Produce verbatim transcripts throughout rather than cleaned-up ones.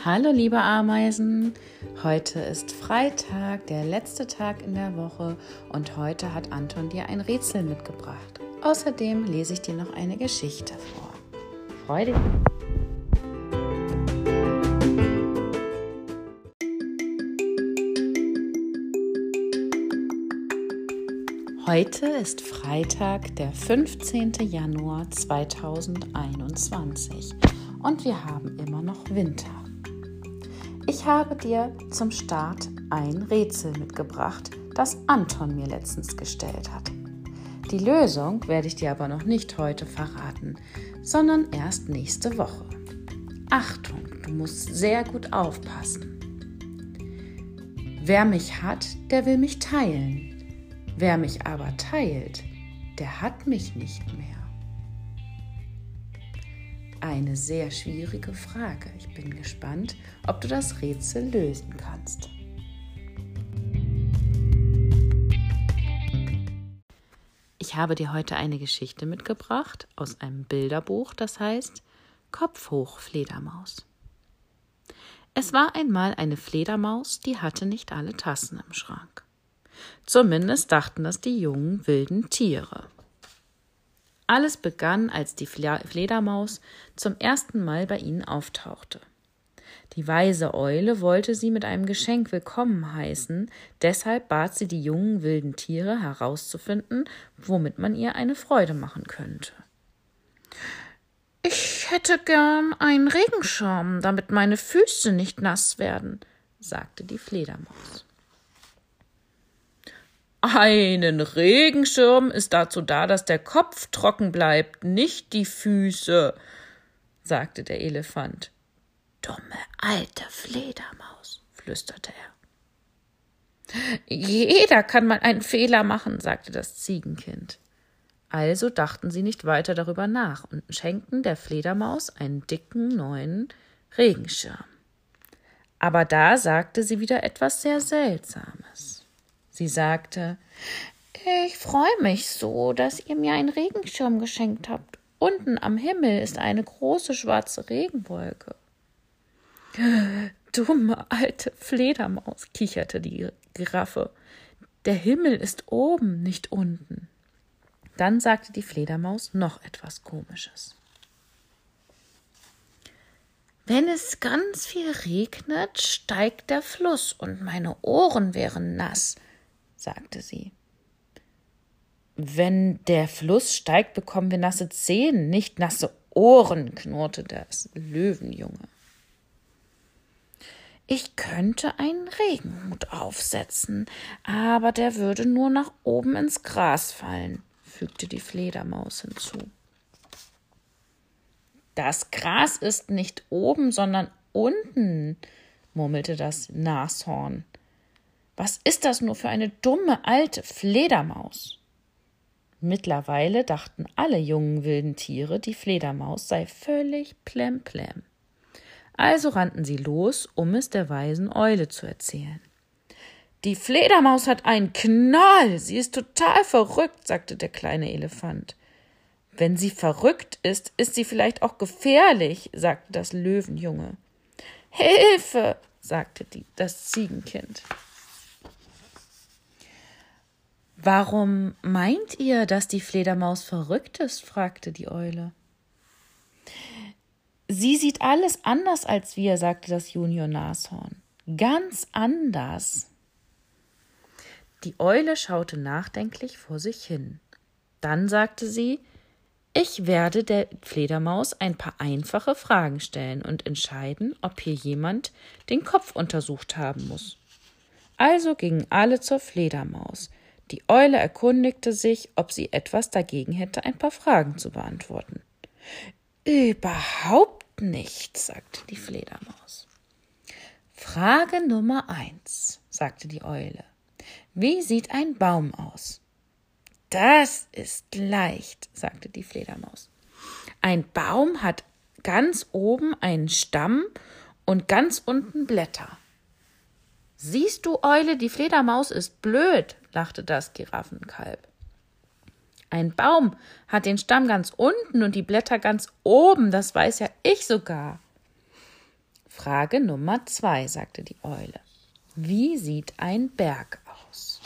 Hallo liebe Ameisen, heute ist Freitag, der letzte Tag in der Woche und heute hat Anton dir ein Rätsel mitgebracht. Außerdem lese ich dir noch eine Geschichte vor. Freu dich! Heute ist Freitag, der fünfzehnten Januar zweitausendeinundzwanzig und wir haben immer noch Winter. Ich habe dir zum Start ein Rätsel mitgebracht, das Anton mir letztens gestellt hat. Die Lösung werde ich dir aber noch nicht heute verraten, sondern erst nächste Woche. Achtung, du musst sehr gut aufpassen. Wer mich hat, der will mich teilen. Wer mich aber teilt, der hat mich nicht mehr. Eine sehr schwierige Frage. Ich bin gespannt, ob du das Rätsel lösen kannst. Ich habe dir heute eine Geschichte mitgebracht aus einem Bilderbuch, das heißt Kopf hoch, Fledermaus. Es war einmal eine Fledermaus, die hatte nicht alle Tassen im Schrank. Zumindest dachten das die jungen wilden Tiere. Alles begann, als die Fledermaus zum ersten Mal bei ihnen auftauchte. Die weise Eule wollte sie mit einem Geschenk willkommen heißen, deshalb bat sie die jungen wilden Tiere herauszufinden, womit man ihr eine Freude machen könnte. »Ich hätte gern einen Regenschirm, damit meine Füße nicht nass werden«, sagte die Fledermaus. »Einen Regenschirm ist dazu da, dass der Kopf trocken bleibt, nicht die Füße«, sagte der Elefant. »Dumme alte Fledermaus«, flüsterte er. »Jeder kann mal einen Fehler machen«, sagte das Ziegenkind. Also dachten sie nicht weiter darüber nach und schenkten der Fledermaus einen dicken neuen Regenschirm. Aber da sagte sie wieder etwas sehr Seltsames. Sie sagte, »Ich freue mich so, dass ihr mir einen Regenschirm geschenkt habt. Unten am Himmel ist eine große schwarze Regenwolke.« »Dumme alte Fledermaus«, kicherte die Giraffe. »Der Himmel ist oben, nicht unten.« Dann sagte die Fledermaus noch etwas Komisches. »Wenn es ganz viel regnet, steigt der Fluss und meine Ohren wären nass«, sagte sie. »Wenn der Fluss steigt, bekommen wir nasse Zähne, nicht nasse Ohren«, knurrte das Löwenjunge. »Ich könnte einen Regenhut aufsetzen, aber der würde nur nach oben ins Gras fallen«, fügte die Fledermaus hinzu. »Das Gras ist nicht oben, sondern unten«, murmelte das Nashorn. »Was ist das nur für eine dumme alte Fledermaus?« Mittlerweile dachten alle jungen wilden Tiere, die Fledermaus sei völlig plemplem. Also rannten sie los, um es der weisen Eule zu erzählen. »Die Fledermaus hat einen Knall, sie ist total verrückt«, sagte der kleine Elefant. »Wenn sie verrückt ist, ist sie vielleicht auch gefährlich«, sagte das Löwenjunge. »Hilfe«, sagte die, das Ziegenkind. »Warum meint ihr, dass die Fledermaus verrückt ist?«, fragte die Eule. »Sie sieht alles anders als wir«, sagte das Junior-Nashorn. »Ganz anders.« Die Eule schaute nachdenklich vor sich hin. Dann sagte sie, »Ich werde der Fledermaus ein paar einfache Fragen stellen und entscheiden, ob hier jemand den Kopf untersucht haben muss.« Also gingen alle zur Fledermaus. Die Eule erkundigte sich, ob sie etwas dagegen hätte, ein paar Fragen zu beantworten. »Überhaupt nichts«, sagte die Fledermaus. »Frage Nummer eins«, sagte die Eule. »Wie sieht ein Baum aus?« »Das ist leicht«, sagte die Fledermaus. »Ein Baum hat ganz oben einen Stamm und ganz unten Blätter.« »Siehst du, Eule, die Fledermaus ist blöd«, lachte das Giraffenkalb. »Ein Baum hat den Stamm ganz unten und die Blätter ganz oben, das weiß ja ich sogar.« Frage Nummer zwei, sagte die Eule. Wie sieht ein Berg aus?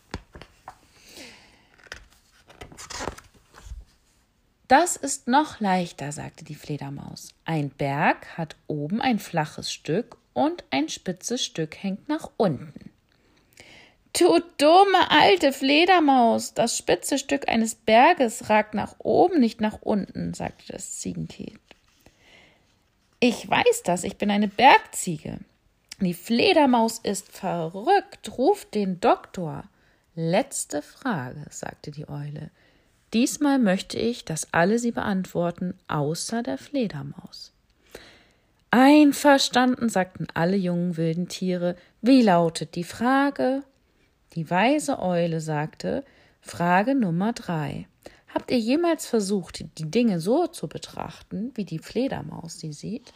Das ist noch leichter, sagte die Fledermaus. Ein Berg hat oben ein flaches Stück und ein spitzes Stück hängt nach unten. Du dumme alte Fledermaus, das spitze Stück eines Berges ragt nach oben, nicht nach unten, sagte das Ziegenkind. Ich weiß das, ich bin eine Bergziege. Die Fledermaus ist verrückt, ruft den Doktor. Letzte Frage, sagte die Eule. Diesmal möchte ich, dass alle sie beantworten, außer der Fledermaus. Einverstanden, sagten alle jungen wilden Tiere. Wie lautet die Frage? Die weise Eule sagte, Frage Nummer drei. Habt ihr jemals versucht, die Dinge so zu betrachten, wie die Fledermaus sie sieht?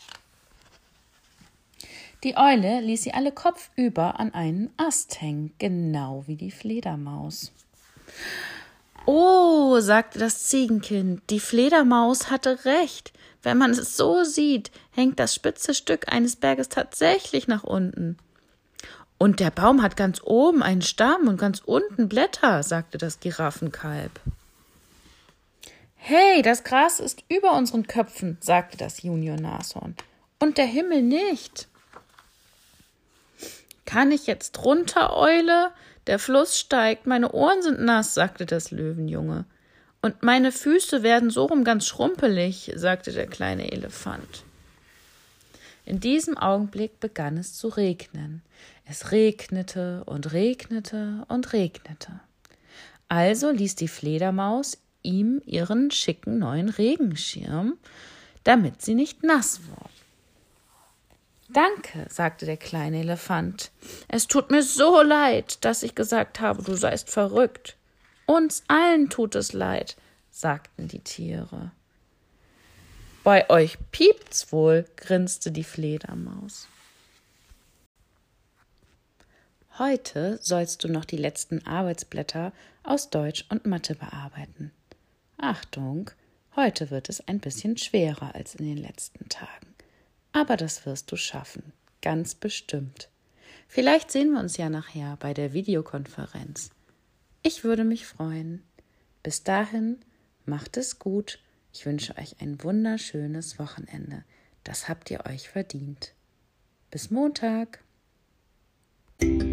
Die Eule ließ sie alle kopfüber an einen Ast hängen, genau wie die Fledermaus. Oh, sagte das Ziegenkind, die Fledermaus hatte recht. Wenn man es so sieht, hängt das spitze Stück eines Berges tatsächlich nach unten. Und der Baum hat ganz oben einen Stamm und ganz unten Blätter, sagte das Giraffenkalb. Hey, das Gras ist über unseren Köpfen, sagte das Junior-Nashorn. Und der Himmel nicht. Kann ich jetzt runter, Eule? Der Fluss steigt, meine Ohren sind nass, sagte das Löwenjunge. Und meine Füße werden so rum ganz schrumpelig, sagte der kleine Elefant. In diesem Augenblick begann es zu regnen. Es regnete und regnete und regnete. Also ließ die Fledermaus ihm ihren schicken neuen Regenschirm, damit sie nicht nass wurde. Danke, sagte der kleine Elefant. Es tut mir so leid, dass ich gesagt habe, du seist verrückt. Uns allen tut es leid, sagten die Tiere. Bei euch piept's wohl, grinste die Fledermaus. Heute sollst du noch die letzten Arbeitsblätter aus Deutsch und Mathe bearbeiten. Achtung, heute wird es ein bisschen schwerer als in den letzten Tagen. Aber das wirst du schaffen, ganz bestimmt. Vielleicht sehen wir uns ja nachher bei der Videokonferenz. Ich würde mich freuen. Bis dahin, macht es gut. Ich wünsche euch ein wunderschönes Wochenende. Das habt ihr euch verdient. Bis Montag.